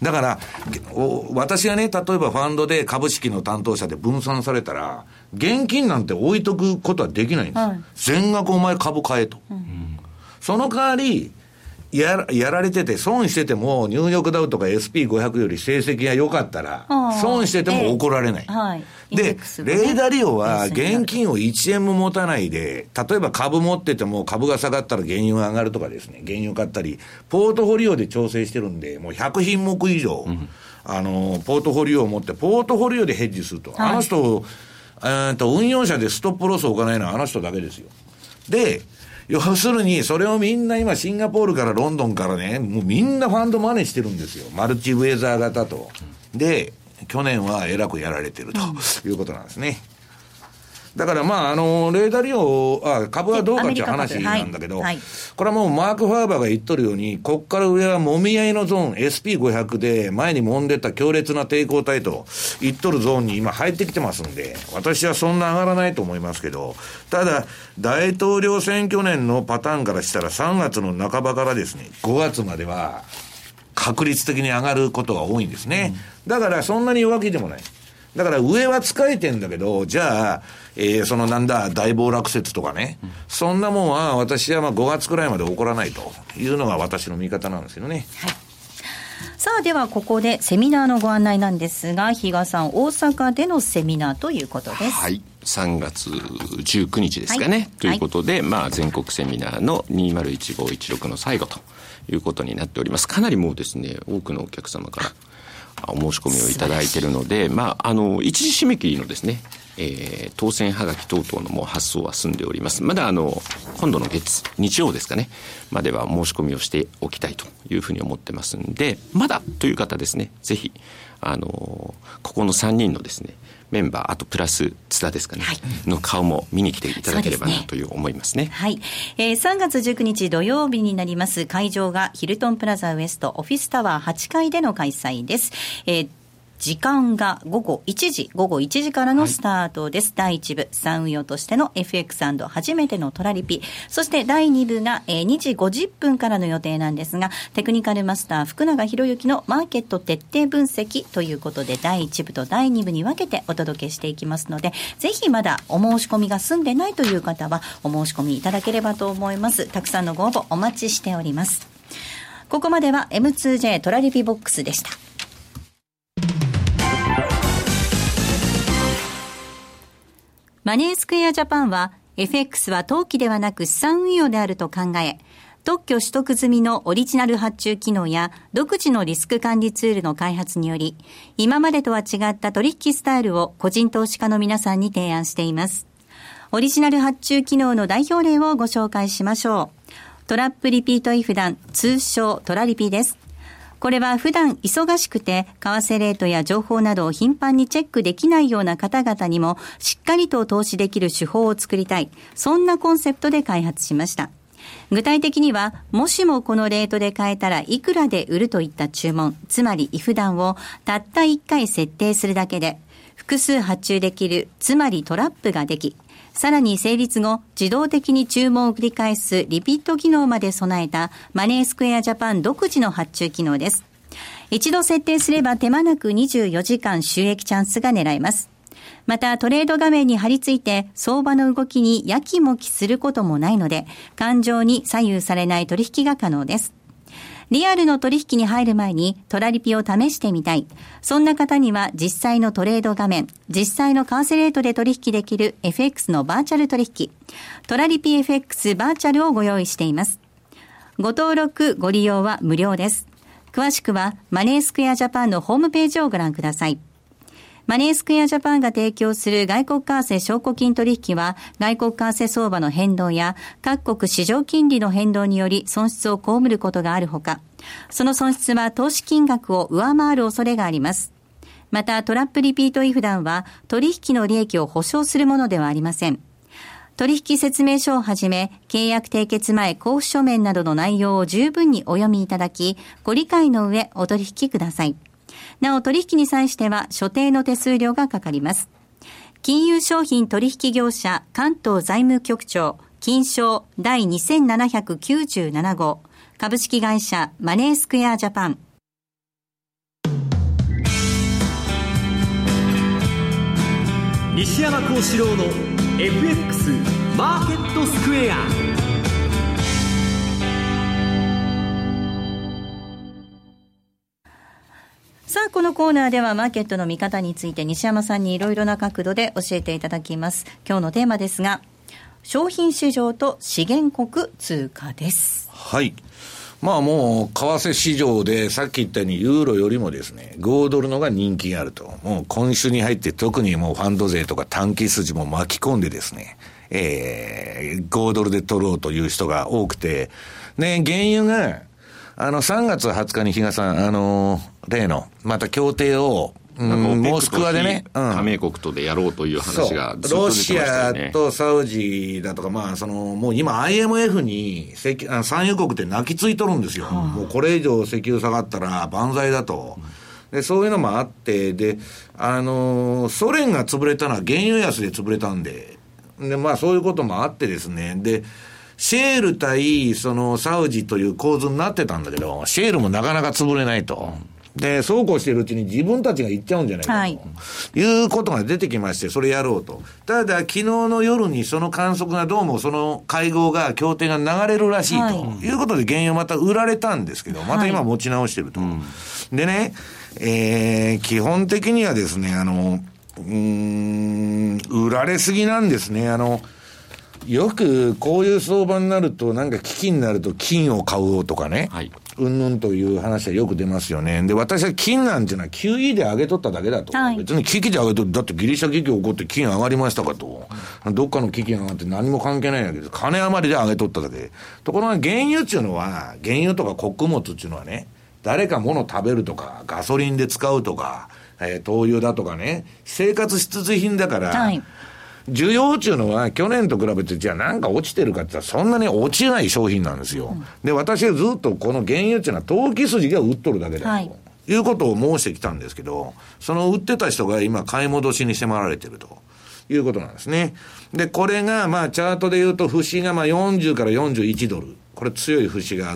[SPEAKER 2] だから私がね、例えばファンドで株式の担当者で分散されたら現金なんて置いとくことはできないんです、はい、全額お前株買えと、その代わりやられてて損しててもニューヨークダウとか SP500 より成績が良かったら損してても怒られない、はい、でレイダリオは現金を1円も持たないで、例えば株持ってても株が下がったら原油が上がるとかですね、原油買ったりポートフォリオで調整してるんで、もう100品目以上、ポートフォリオを持ってポートフォリオでヘッジすると、はい、あの人運用者でストップロスを置かないのはあの人だけですよ。で要するにそれをみんな今シンガポールからロンドンからね、もうみんなファンドマネーしてるんですよ、マルチウェザー型と。で去年はえらくやられてるということなんですね。だからレーダリオ株はどうかっていう話なんだけど、はい、これはもうマーク・ファーバーが言っとるように、こっから上はもみ合いのゾーン、 SP500 で前に揉んでた強烈な抵抗体と言っとるゾーンに今入ってきてますんで、私はそんな上がらないと思いますけど、ただ大統領選挙年のパターンからしたら3月の半ばからですね5月までは確率的に上がることが多いんですね、だからそんなに弱気でもない。だから上は使えてんだけど、じゃあ、大暴落説とかね、そんなもんは私は5月くらいまで起こらないというのが私の見方なんですよね。
[SPEAKER 4] はい、さあではここでセミナーのご案内なんですが、比嘉さん大阪でのセミナーということです。
[SPEAKER 3] はい、3月19日ですかね、はい、ということで、全国セミナーの201516の最後ということになっております。かなりもうですね、多くのお客様からお申し込みをいただいているので、一時締め切りのですね、当選はがき等々のもう発送は済んでおります。まだ今度の日曜ですかねまでは申し込みをしておきたいというふうに思ってますんで、まだという方ですね、ぜひここの3人のですねメンバー、あとプラス津田ですかね、はい、の顔も見に来ていただければなという思いますね。
[SPEAKER 4] はい、3月19日土曜日になります。会場がヒルトンプラザウエストオフィスタワー8階での開催です。時間が午後1時からのスタートです。はい、第1部資産運用としての FX& 初めてのトラリピ、そして第2部が2時50分からの予定なんですが、テクニカルマスター福永博之のマーケット徹底分析ということで、第1部と第2部に分けてお届けしていきますので、ぜひまだお申し込みが済んでないという方はお申し込みいただければと思います。たくさんのご応募お待ちしております。ここまでは M2J トラリピボックスでした。マネースクエアジャパンは FX は投機ではなく資産運用であると考え、特許取得済みのオリジナル発注機能や独自のリスク管理ツールの開発により、今までとは違った取引スタイルを個人投資家の皆さんに提案しています。オリジナル発注機能の代表例をご紹介しましょう。トラップリピートイフダン、通称トラリピです。これは普段忙しくて為替レートや情報などを頻繁にチェックできないような方々にもしっかりと投資できる手法を作りたい、そんなコンセプトで開発しました。具体的には、もしもこのレートで買えたらいくらで売るといった注文、つまりイフダンをたった1回設定するだけで複数発注できる、つまりトラップができ、さらに成立後自動的に注文を繰り返すリピート機能まで備えたマネースクエアジャパン独自の発注機能です。一度設定すれば手間なく24時間収益チャンスが狙えます。またトレード画面に貼り付いて相場の動きにやきもきすることもないので、感情に左右されない取引が可能です。リアルの取引に入る前にトラリピを試してみたい、そんな方には実際のトレード画面、実際の為替レートで取引できる FX のバーチャル取引、トラリピ FX バーチャルをご用意しています。ご登録ご利用は無料です。詳しくはマネースクエアジャパンのホームページをご覧ください。マネースクエアジャパンが提供する外国為替証拠金取引は、外国為替相場の変動や各国市場金利の変動により損失を被ることがあるほか、その損失は投資金額を上回る恐れがあります。またトラップリピートイフダンは取引の利益を保証するものではありません。取引説明書をはじめ、契約締結前交付書面などの内容を十分にお読みいただき、ご理解の上お取引ください。なお取引に際しては所定の手数料がかかります。金融商品取引業者関東財務局長金商第2797号株式会社マネースクエアジャパン。
[SPEAKER 1] 西山幸四郎の FX マーケットスクエア。
[SPEAKER 4] さあ、このコーナーではマーケットの見方について西山さんにいろいろな角度で教えていただきます。今日のテーマですが、商品市場と資源国通貨です。
[SPEAKER 2] はい。まあもう為替市場でさっき言ったようにユーロよりもですね5ドルのが人気があると。もう今週に入って特にもうファンド税とか短期筋も巻き込んでですね、5ドルで取ろうという人が多くて、ね、原油が3月20日に比嘉さん例のまた協定をモスクワでね、
[SPEAKER 3] 加盟国とでやろうという話がずっと出てましたよね。
[SPEAKER 2] ロシアとサウジだとか、まあもう今 IMF に産油国って泣きついとるんですよ。もうこれ以上石油下がったら万歳だと。で、そういうのもあって、で、ソ連が潰れたのは原油安で潰れたんで、まあそういうこともあってですね、で、シェール対サウジという構図になってたんだけど、シェールもなかなか潰れないと。で、そうこうしているうちに自分たちが行っちゃうんじゃないかと、いうことが出てきまして、それやろうと。ただ、昨日の夜にその観測がどうもその会合が、協定が流れるらしいということで、原油また売られたんですけど、また今持ち直してると。でね、基本的にはですね、売られすぎなんですね。よくこういう相場になると、なんか危機になると金を買おうとかね。うんぬんという話はよく出ますよね。で、私は金なんていうのは QE で上げとっただけだと。別に危機で上げとって、だってギリシャ危機起こって金上がりましたかと。どっかの危機が上がって何も関係ないわけです。金余りで上げとっただけ。ところが原油っていうのは、原油とか穀物っていうのはね、誰か物食べるとか、ガソリンで使うとか、灯油だとかね、生活必需品だから、需要っていうのは去年と比べてじゃあなんか落ちてるかって言ったらそんなに落ちない商品なんですよ。で、私はずっとこの原油っていうのは投機筋が売っとるだけだと、いうことを申してきたんですけど、その売ってた人が今買い戻しに迫られてるということなんですね。で、これがまあチャートで言うと節がまあ40から41ドル。これ強い節があって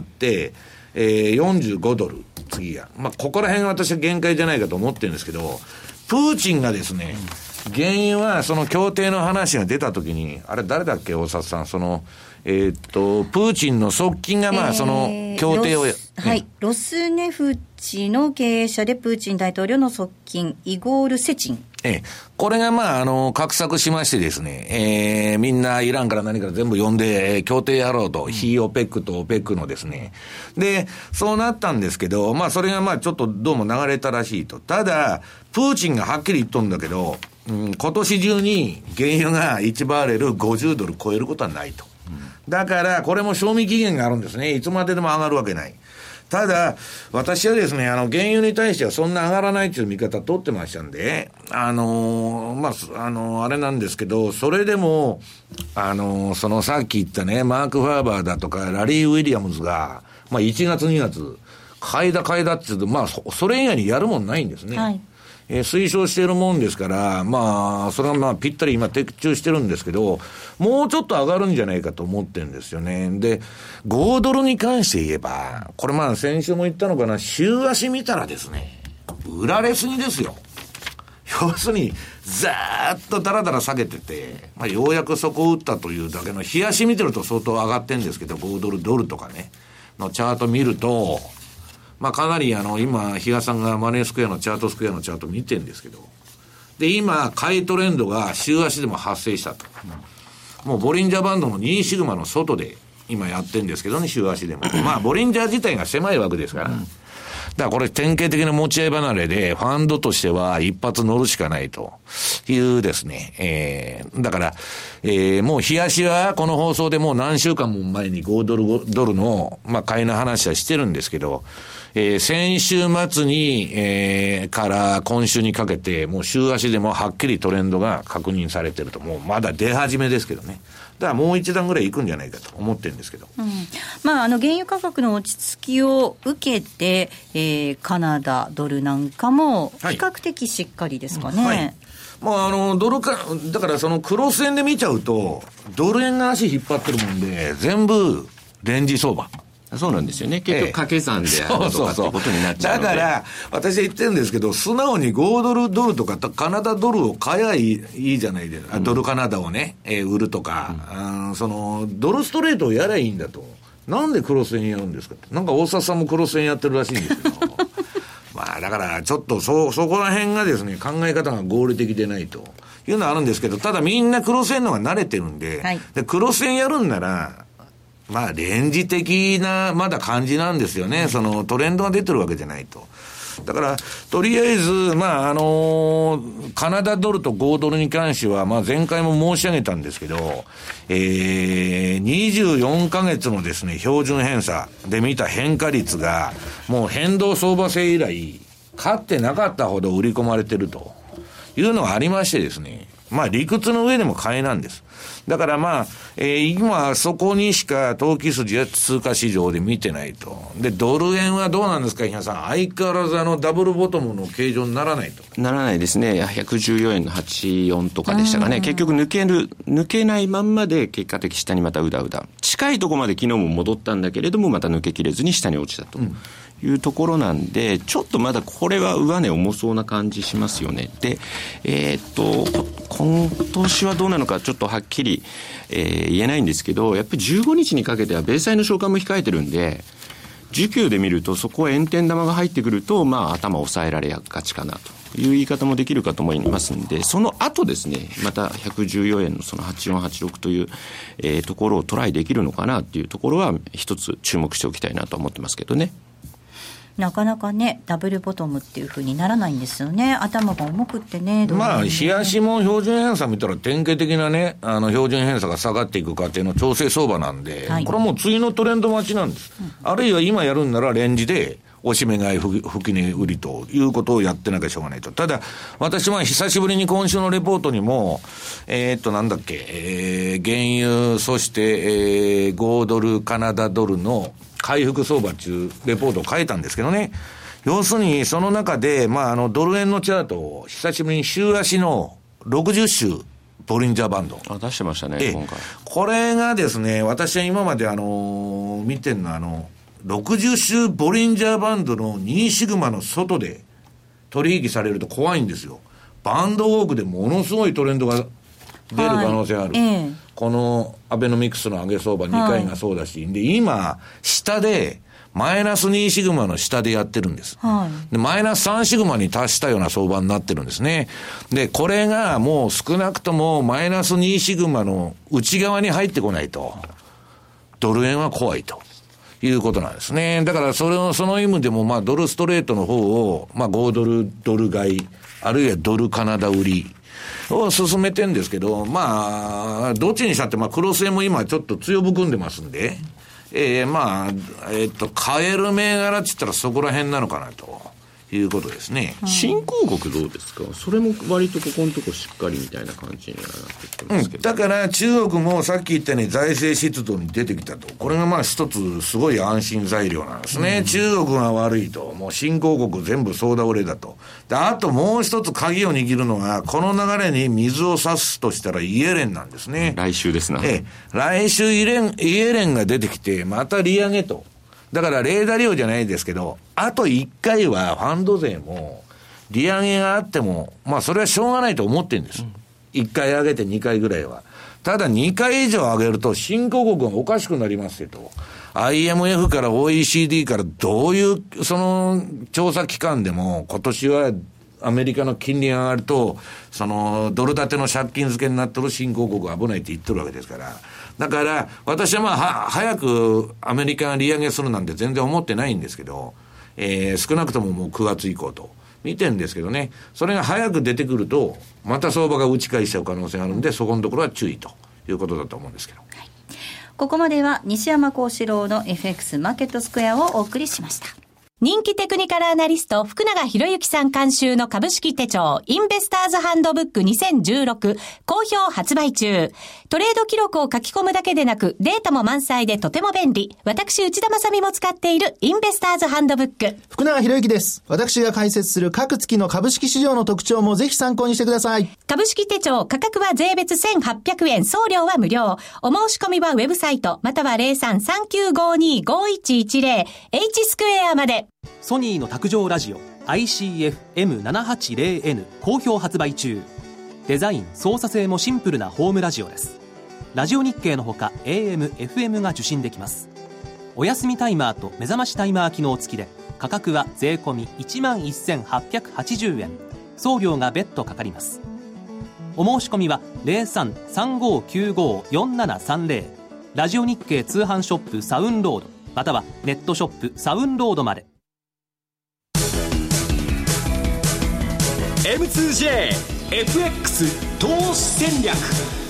[SPEAKER 2] 、45ドル次が。まあここら辺私は限界じゃないかと思ってるんですけど、プーチンがですね、原油はその協定の話が出たときに、あれ誰だっけ大里さん、プーチンの側近がまあその協定を、
[SPEAKER 4] ロスネフチの経営者でプーチン大統領の側近イゴール・セチン、
[SPEAKER 2] これがまあ画策しましてですね、みんなイランから何から全部呼んで、協定やろうと、非オペックとオペックのですね。で、そうなったんですけど、まあそれがまあちょっとどうも流れたらしいと。ただプーチンがはっきり言っとんだけど、今年中に原油が1バレル50ドル超えることはないと。だからこれも賞味期限があるんですね。いつまででも上がるわけない。ただ私はですね、原油に対してはそんな上がらないという見方取ってましたんで、あれなんですけど、それでもそのさっき言ったね、マーク・ファーバーだとかラリー・ウィリアムズがまあ1月2月買いだって言うと、まあそれ以外にやるもんないんですね。推奨しているもんですから、まあ、それはまあ、ぴったり今、的中してるんですけど、もうちょっと上がるんじゃないかと思ってるんですよね。で、5ドルに関して言えば、これまあ、先週も言ったのかな、週足見たらですね、売られすぎですよ。要するに、ざーっとダラダラ下げてて、まあ、ようやくそこを打ったというだけの、日足見てると相当上がってるんですけど、5ドルドルとかね、のチャート見ると、まあかなり今、比嘉さんがマネースクエアのチャートスクエアのチャート見てるんですけど、で、今、買いトレンドが週足でも発生したと。もうボリンジャーバンドの2シグマの外で今やってるんですけどね、週足でも。まあ、ボリンジャー自体が狭いわけですから。だからこれ典型的な持ち合い離れで、ファンドとしては一発乗るしかないというですね。だから、もう日足はこの放送でもう何週間も前に5ドルの、まあ、買いの話はしてるんですけど、先週末に、から今週にかけて、もう週足でもはっきりトレンドが確認されてると、もうまだ出始めですけどね。だからもう一段ぐらい行くんじゃないかと思ってるんですけど。
[SPEAKER 4] まあ、原油価格の落ち着きを受けて、カナダドルなんかも比較的しっかりですかね。
[SPEAKER 2] まあ、ドルか、だからそのクロス円で見ちゃうと、ドル円が足引っ張ってるもんで、全部レンジ相場。
[SPEAKER 3] そうなんですよね。結局掛け算であるとかっていうことになっちゃうので。
[SPEAKER 2] だから私は言ってるんですけど、素直に5ドルドルとかカナダドルを買えばいいじゃないですか、ドルカナダをね、売るとか、そのドルストレートをやればいいんだと。なんでクロス円やるんですかって。なんか大沢さんもクロス円やってるらしいんですけどまあだからちょっとそこら辺がですね、考え方が合理的でないというのはあるんですけど、ただみんなクロス円のが慣れてるんで、でクロス円やるんならまあレンジ的なまだ感じなんですよね。そのトレンドが出てるわけじゃないと。だからとりあえずまあカナダドルと5ドルに関してはまあ前回も申し上げたんですけど、24ヶ月のですね標準偏差で見た変化率がもう変動相場制以来勝ってなかったほど売り込まれてるというのがありましてですね、まあ理屈の上でも買いなんです。だからまあ、今そこにしか投機筋や通貨市場で見てないと。で、ドル円はどうなんですか、比嘉さん。相変わらずダブルボトムの形状にならないと。
[SPEAKER 3] ならないですね。114円の84とかでしたかね。結局抜けないまんまで結果的下にまたうだうだ。近いところまで昨日も戻ったんだけれども、また抜けきれずに下に落ちたと。いうところなんで、ちょっとまだこれは上値重そうな感じしますよね。で、今年はどうなのかちょっとはっきり、言えないんですけど、やっぱり15日にかけては米債の償還も控えてるんで、需給で見るとそこは円天玉が入ってくると、まあ頭を抑えられがちかなという言い方もできるかと思いますんで、その後ですね、また114円のその8486という、ところをトライできるのかなっていうところは一つ注目しておきたいなと思ってますけどね。
[SPEAKER 4] なかなかねダブルボトムっていう風にならないんですよね。頭が重くってね。
[SPEAKER 2] まあ冷やしも標準偏差見たら典型的なね標準偏差が下がっていく過程の調整相場なんで、これはもう次のトレンド待ちなんです、あるいは今やるんならレンジで押し目買い吹き値売りということをやってなきゃしょうがないと。ただ私は久しぶりに今週のレポートにもなんだっけ、原油そして、5ドルカナダドルの回復相場中レポートを書いたんですけどね。要するにその中でまあドル円のチャートを久しぶりに週足の60週ボリンジャーバンド
[SPEAKER 3] 出してましたね今回。
[SPEAKER 2] これがですね、私は今まで見てるのは60週ボリンジャーバンドの2シグマの外で取引されると怖いんですよ。バンドウォークでものすごいトレンドが出る可能性ある、このアベノミクスの上げ相場2回がそうだし、で今下でマイナス2シグマの下でやってるんです、でマイナス3シグマに達したような相場になってるんですね。でこれがもう少なくともマイナス2シグマの内側に入ってこないとドル円は怖いということなんですね。だからその意味でもまあドルストレートの方をまあ5ドルドル買いあるいはドルカナダ売りを進めてんですけど、まあどっちにしたってまあクロス円も今ちょっと強含んでますんで、まあ買える銘柄って言ったらそこら辺なのかなということですね。
[SPEAKER 3] 新興国どうですか。それも割とここのとこしっかりみたいな感じにはなってきてますけど、
[SPEAKER 2] だから中国もさっき言ったように財政出動に出てきたと。これがまあ一つすごい安心材料なんですね、中国が悪いともう新興国全部総倒れだと。であともう一つ鍵を握るのがこの流れに水を差すとしたらイエレンなんですね。
[SPEAKER 3] 来週ですね、
[SPEAKER 2] 来週イエレンが出てきてまた利上げと。だからレーダー利用じゃないですけど、あと1回はファンド税も利上げがあってもまあそれはしょうがないと思ってるんです、1回上げて2回ぐらいは。ただ2回以上上げると新興国がおかしくなりますよと。 IMF から OECD からどういうその調査機関でも今年はアメリカの金利が上がるとそのドル建ての借金付けになってる新興国が危ないって言ってるわけですから。だから私はまあ早くアメリカが利上げするなんて全然思ってないんですけど、少なくとももう9月以降と見てるんですけどね。それが早く出てくるとまた相場が打ち返しちゃう可能性があるんで、そこのところは注意ということだと思うんですけど、
[SPEAKER 4] ここまでは西山幸四郎の FX マーケットスクエアをお送りしました。
[SPEAKER 12] 人気テクニカルアナリスト福永博之さん監修の株式手帳インベスターズハンドブック2016好評発売中。トレード記録を書き込むだけでなくデータも満載でとても便利。私内田まさみも使っているインベスターズハンドブック。
[SPEAKER 7] 福永博之です。私が解説する各月の株式市場の特徴もぜひ参考にしてください。
[SPEAKER 12] 株式手帳価格は税別1800円、送料は無料。お申し込みはウェブサイトまたは 03-3952-5110 H スクエアまで。
[SPEAKER 13] ソニーの卓上ラジオ ICF-M780N 好評発売中。デザイン操作性もシンプルなホームラジオです。ラジオ日経のほか AM、FM が受信できます。お休みタイマーと目覚ましタイマー機能付きで価格は税込み 11,880 円、送料が別途かかります。お申し込みは 03-3595-4730 ラジオ日経通販ショップサウンロードまたはネットショップサウンロードまで。
[SPEAKER 1] M2JFX 投資戦略。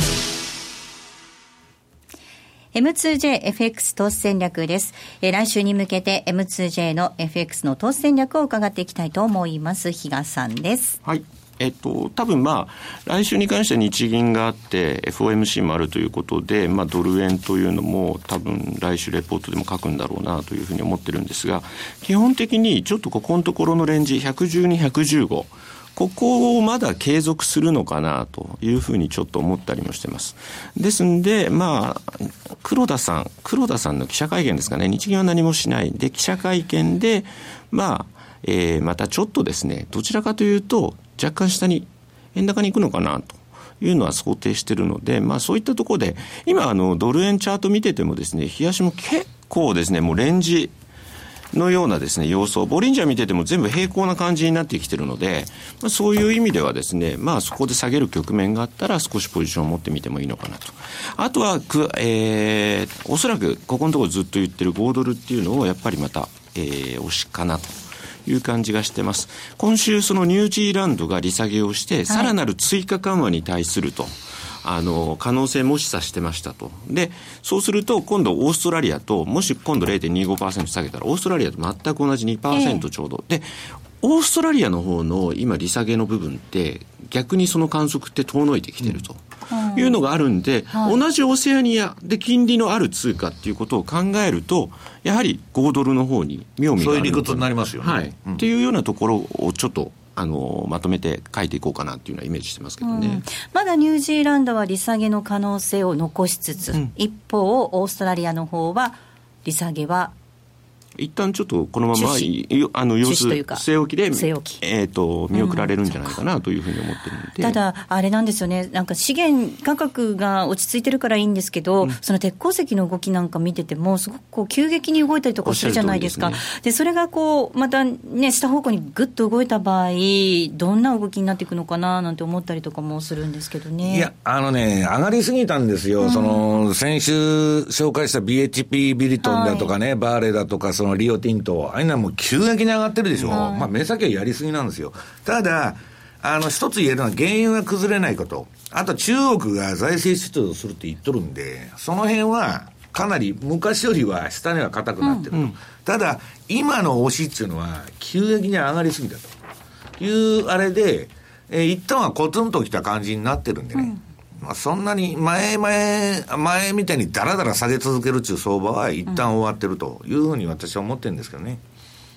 [SPEAKER 4] M2JFX 投資戦略です。来週に向けて M2J の FX の投資戦略を伺っていきたいと思います。比嘉さんです。
[SPEAKER 3] はい。多分来週に関しては日銀があって FOMC もあるということで、ドル円というのも多分来週レポートでも書くんだろうなというふうに思ってるんですが、基本的にちょっとここのところのレンジ112、115ここをまだ継続するのかなというふうにちょっと思ったりもしてます。ですんで、黒田さんの記者会見ですかね、日銀は何もしないで記者会見で、またちょっとですね、どちらかというと若干下に円高に行くのかなというのは想定しているので、そういったところで今ドル円チャート見ててもですね、日足も結構ですね、もうレンジのようなですね様相、ボリンジャー見てても全部平行な感じになってきているので、そういう意味ではですね、そこで下げる局面があったら少しポジションを持ってみてもいいのかなと。あとはおそらくここのところずっと言ってる5ドルっていうのをやっぱりまた、押しかなという感じがしてます。今週そのニュージーランドが利下げをして、さらなる追加緩和に対すると可能性も示唆してましたと。で、そうすると今度オーストラリアと、もし今度 0.25% 下げたらオーストラリアと全く同じ 2% ちょうど、でオーストラリアの方の今利下げの部分って逆にその観測って遠のいてきてるというのがあるんで、同じオセアニアで金利のある通貨っていうことを考えると、やはり5ドルの方に妙味がある。
[SPEAKER 2] そういう理屈になりますよね、
[SPEAKER 3] っていうようなところをちょっとまとめて書いていこうかなっていうのはイメージしてますけどね、
[SPEAKER 4] まだニュージーランドは利下げの可能性を残しつつ、一方オーストラリアの方は利下げは
[SPEAKER 3] 一旦ちょっとこのまま様子据え置きで見送られるんじゃないかなというふうに思ってるんで。
[SPEAKER 4] ただあれなんですよね、なんか資源価格が落ち着いてるからいいんですけど、その鉄鉱石の動きなんか見ててもすごくこう急激に動いたりとかするじゃないですか。でそれがこうまたね下方向にぐっと動いた場合どんな動きになっていくのかななんて思ったりとかもするんですけどね。
[SPEAKER 2] いや上がりすぎたんですよ、その先週紹介した BHP ビリトンだとかね、バーレだとかそのリオティント、ああいうのはもう急激に上がってるでしょ、目先はやりすぎなんですよ。ただ一つ言えるのは原油が崩れないこと、あと中国が財政出動するって言っとるんで、その辺はかなり昔よりは下には硬くなってると、ただ今の押しっていうのは急激に上がりすぎたというあれで、一旦はコツンときた感じになってるんでね、そんなに前みたいにダラダラ下げ続けるっていう相場は一旦終わってるというふうに私は思ってるんですけどね。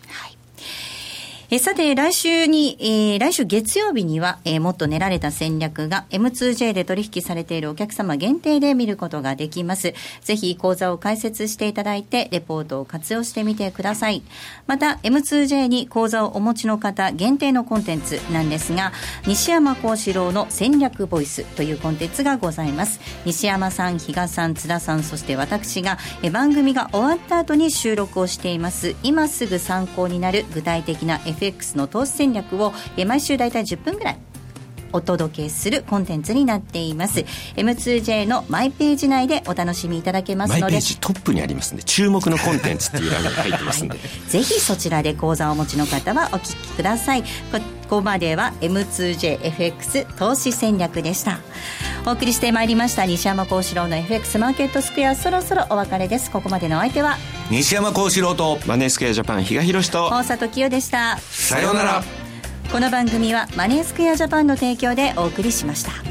[SPEAKER 4] さて来週月曜日には、もっと練られた戦略が M2J で取引されているお客様限定で見ることができます。ぜひ講座を開設していただいてレポートを活用してみてください。また M2J に講座をお持ちの方限定のコンテンツなんですが、西山幸四郎の戦略ボイスというコンテンツがございます。西山さん、比嘉さん、津田さん、そして私が番組が終わった後に収録をしています。今すぐ参考になる具体的なFX の投資戦略を毎週だいたい10分ぐらいお届けするコンテンツになっています。 M2J のマイページ内でお楽しみいただけますので、
[SPEAKER 3] マイページトップにありますので注目のコンテンツっていう欄が入ってますので、
[SPEAKER 4] ぜひそちらで講座をお持ちの方はお聞きください。ここまでは M2JFX 投資戦略でした。お送りしてまいりました西山幸四郎の FX マーケットスクエア、そろそろお別れです。ここまでのお相手は
[SPEAKER 2] 西山幸四郎と
[SPEAKER 3] マネースクエアジャパン比嘉宏と
[SPEAKER 4] 大里清でした。
[SPEAKER 2] さようなら。
[SPEAKER 4] この番組はマネースクエアジャパンの提供でお送りしました。